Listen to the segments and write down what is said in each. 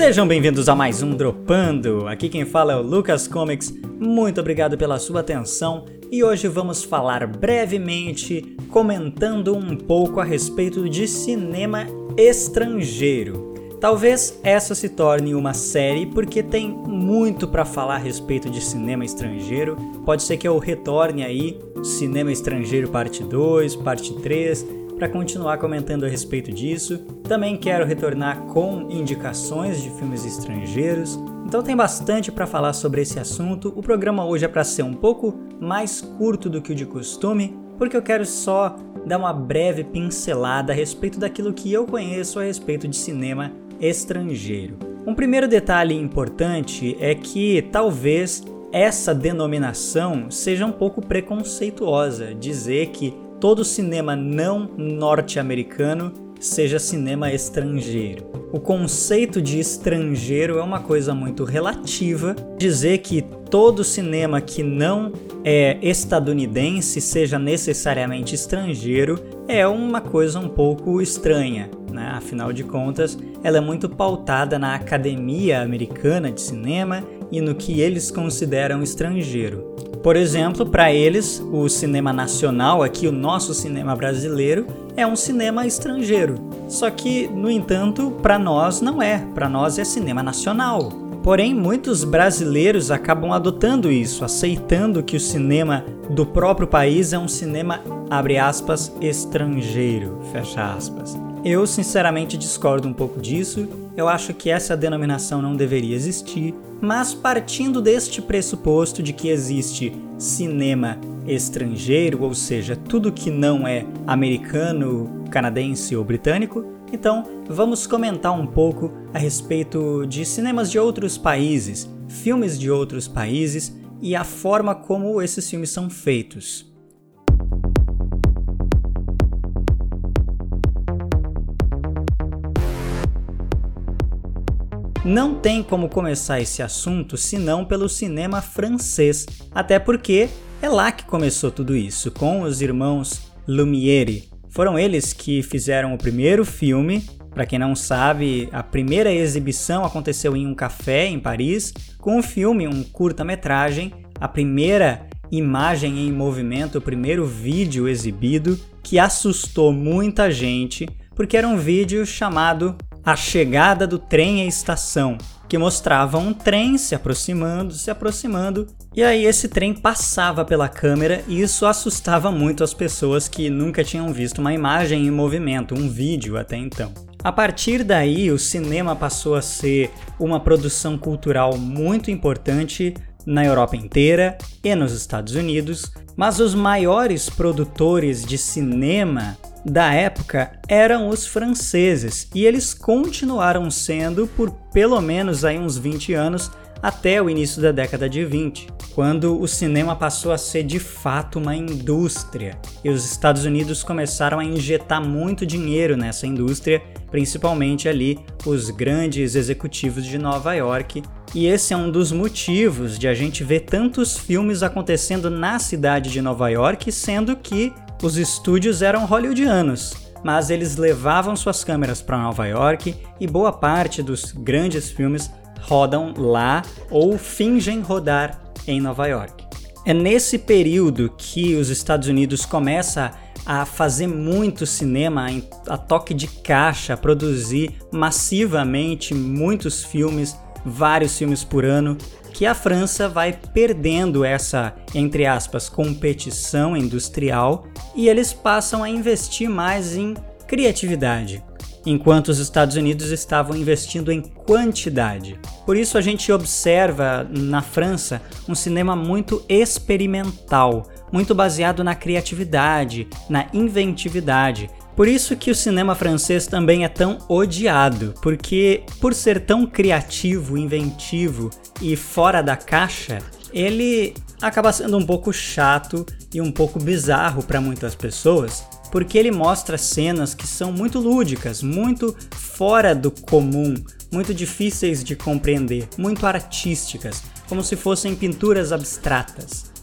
Sejam bem-vindos a mais um Dropando. Aqui quem fala é o Lucas Comics. Muito obrigado pela sua atenção e hoje vamos falar brevemente, comentando um pouco a respeito de cinema estrangeiro. Talvez essa se torne uma série porque tem muito para falar a respeito de cinema estrangeiro. Pode ser que eu retorne aí, Cinema Estrangeiro parte 2, parte 3, para continuar comentando a respeito disso. Também quero retornar com indicações de filmes estrangeiros. Então tem bastante para falar sobre esse assunto. O programa hoje é para ser um pouco mais curto do que o de costume, porque eu quero só dar uma breve pincelada a respeito daquilo que eu conheço a respeito de cinema estrangeiro. Um primeiro detalhe importante é que talvez essa denominação seja um pouco preconceituosa, dizer que todo cinema não norte-americano seja cinema estrangeiro. O conceito de estrangeiro é uma coisa muito relativa. Dizer que todo cinema que não é estadunidense seja necessariamente estrangeiro é uma coisa um pouco estranha, né? Afinal de contas, ela é muito pautada na Academia Americana de Cinema e no que eles consideram estrangeiro. Por exemplo, para eles, o cinema nacional, aqui o nosso cinema brasileiro, é um cinema estrangeiro. Só que, no entanto, para nós não é. Para nós é cinema nacional. Porém, muitos brasileiros acabam adotando isso, aceitando que o cinema do próprio país é um cinema, abre aspas, estrangeiro, fecha aspas. Eu, sinceramente, discordo um pouco disso. Eu acho que essa denominação não deveria existir, mas partindo deste pressuposto de que existe cinema estrangeiro, ou seja, tudo que não é americano, canadense ou britânico, então vamos comentar um pouco a respeito de cinemas de outros países, filmes de outros países e a forma como esses filmes são feitos. Não tem como começar esse assunto senão pelo cinema francês, até porque é lá que começou tudo isso, com os irmãos Lumière. Foram eles que fizeram o primeiro filme. Para quem não sabe, a primeira exibição aconteceu em um café em Paris, com um filme, um curta-metragem, a primeira imagem em movimento, o primeiro vídeo exibido, que assustou muita gente, porque era um vídeo chamado A Chegada do Trem à Estação, que mostrava um trem se aproximando, e aí esse trem passava pela câmera e isso assustava muito as pessoas que nunca tinham visto uma imagem em movimento, um vídeo até então. A partir daí, o cinema passou a ser uma produção cultural muito importante na Europa inteira e nos Estados Unidos, mas os maiores produtores de cinema da época eram os franceses e eles continuaram sendo por pelo menos aí uns 20 anos até o início da década de 20, quando o cinema passou a ser de fato uma indústria e os Estados Unidos começaram a injetar muito dinheiro nessa indústria, principalmente ali os grandes executivos de Nova York. E esse é um dos motivos de a gente ver tantos filmes acontecendo na cidade de Nova York, sendo que os estúdios eram hollywoodianos, mas eles levavam suas câmeras para Nova York e boa parte dos grandes filmes rodam lá ou fingem rodar em Nova York. É nesse período que os Estados Unidos começam a fazer muito cinema a toque de caixa, a produzir massivamente muitos filmes, vários filmes por ano, que a França vai perdendo essa, entre aspas, competição industrial e eles passam a investir mais em criatividade, enquanto os Estados Unidos estavam investindo em quantidade. Por isso a gente observa na França um cinema muito experimental, muito baseado na criatividade, na inventividade. Por isso que o cinema francês também é tão odiado, porque por ser tão criativo, inventivo e fora da caixa, ele acaba sendo um pouco chato e um pouco bizarro para muitas pessoas, porque ele mostra cenas que são muito lúdicas, muito fora do comum, muito difíceis de compreender, muito artísticas, como se fossem pinturas abstratas.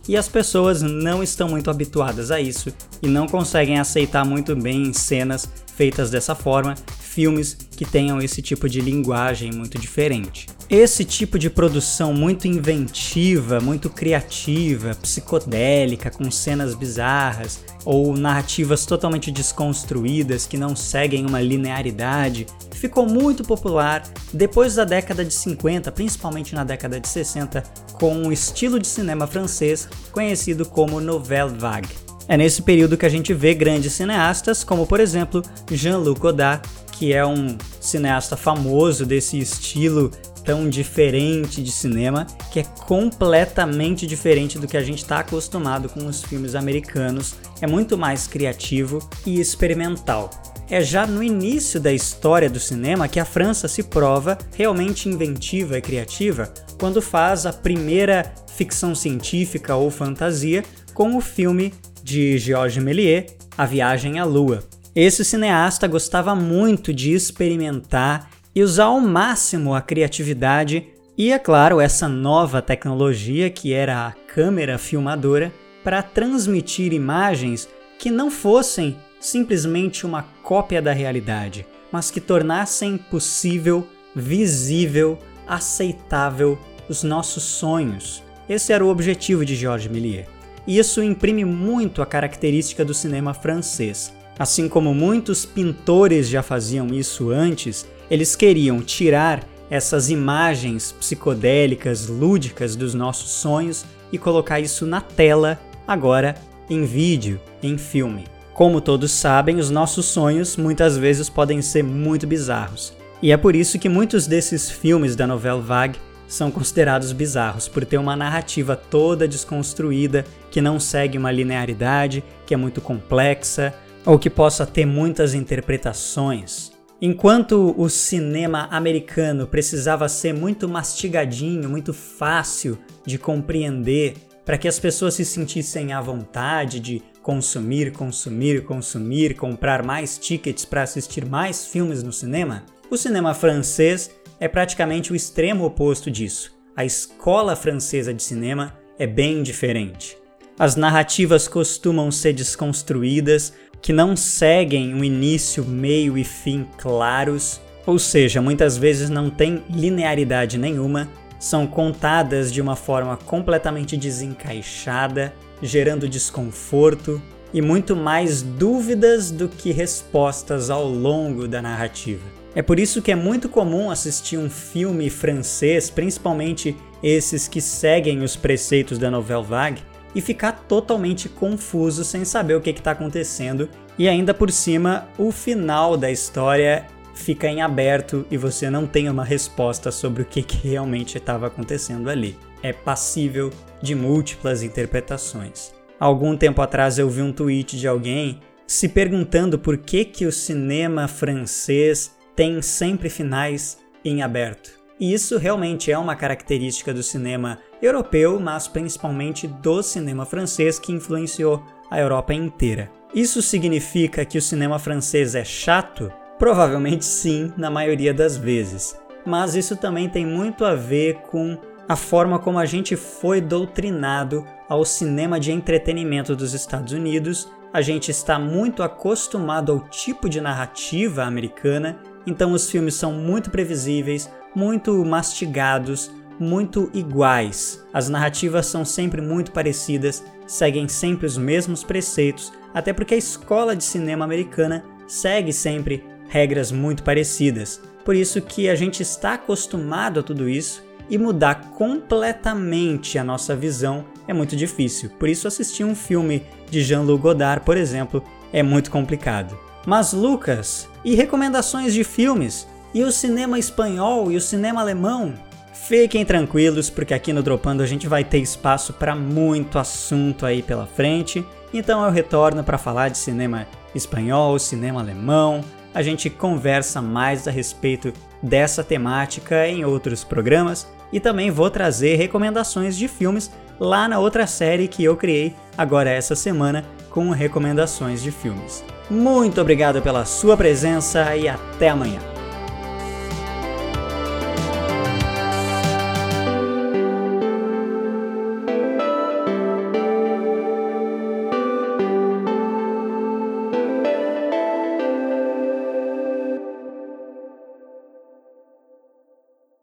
e as pessoas não estão muito habituadas a isso e não conseguem aceitar muito bem cenas feitas dessa forma, filmes que tenham esse tipo de linguagem muito diferente. Esse tipo de produção muito inventiva, muito criativa, psicodélica, com cenas bizarras ou narrativas totalmente desconstruídas que não seguem uma linearidade, ficou muito popular depois da década de 50, principalmente na década de 60, com um estilo de cinema francês conhecido como Nouvelle Vague. É nesse período que a gente vê grandes cineastas, como por exemplo Jean-Luc Godard, que é um cineasta famoso desse estilo tão diferente de cinema, que é completamente diferente do que a gente está acostumado com os filmes americanos, é muito mais criativo e experimental. É já no início da história do cinema que a França se prova realmente inventiva e criativa quando faz a primeira ficção científica ou fantasia com o filme de Georges Méliès, A Viagem à Lua. Esse cineasta gostava muito de experimentar e usar ao máximo a criatividade e, é claro, essa nova tecnologia que era a câmera filmadora para transmitir imagens que não fossem simplesmente uma cópia da realidade, mas que tornassem possível, visível, aceitável os nossos sonhos. Esse era o objetivo de Georges Méliès. E isso imprime muito a característica do cinema francês. Assim como muitos pintores já faziam isso antes, eles queriam tirar essas imagens psicodélicas, lúdicas dos nossos sonhos e colocar isso na tela, agora em vídeo, em filme. Como todos sabem, os nossos sonhos muitas vezes podem ser muito bizarros. E é por isso que muitos desses filmes da Nouvelle Vague são considerados bizarros, por ter uma narrativa toda desconstruída, que não segue uma linearidade, que é muito complexa, ou que possa ter muitas interpretações. Enquanto o cinema americano precisava ser muito mastigadinho, muito fácil de compreender, para que as pessoas se sentissem à vontade de consumir, comprar mais tickets para assistir mais filmes no cinema, o cinema francês é praticamente o extremo oposto disso. A escola francesa de cinema é bem diferente. As narrativas costumam ser desconstruídas, que não seguem um início, meio e fim claros, ou seja, muitas vezes não tem linearidade nenhuma, são contadas de uma forma completamente desencaixada, gerando desconforto e muito mais dúvidas do que respostas ao longo da narrativa. É por isso que é muito comum assistir um filme francês, principalmente esses que seguem os preceitos da Nouvelle Vague, e ficar totalmente confuso sem saber o que está acontecendo, e ainda por cima o final da história fica em aberto e você não tem uma resposta sobre o que realmente estava acontecendo ali. É passível de múltiplas interpretações. Algum tempo atrás eu vi um tweet de alguém se perguntando por que o cinema francês tem sempre finais em aberto. E isso realmente é uma característica do cinema europeu, mas principalmente do cinema francês, que influenciou a Europa inteira. Isso significa que o cinema francês é chato? Provavelmente sim, na maioria das vezes. Mas isso também tem muito a ver com a forma como a gente foi doutrinado ao cinema de entretenimento dos Estados Unidos. A gente está muito acostumado ao tipo de narrativa americana, então os filmes são muito previsíveis, muito mastigados, muito iguais. As narrativas são sempre muito parecidas, seguem sempre os mesmos preceitos, até porque a escola de cinema americana segue sempre regras muito parecidas. Por isso que a gente está acostumado a tudo isso e mudar completamente a nossa visão é muito difícil. Por isso assistir um filme de Jean-Luc Godard, por exemplo, é muito complicado. Mas Lucas, e recomendações de filmes? E o cinema espanhol e o cinema alemão? Fiquem tranquilos, porque aqui no Dropando a gente vai ter espaço para muito assunto aí pela frente. Então eu retorno para falar de cinema espanhol, cinema alemão. A gente conversa mais a respeito dessa temática em outros programas. E também vou trazer recomendações de filmes lá na outra série que eu criei agora essa semana com recomendações de filmes. Muito obrigado pela sua presença e até amanhã!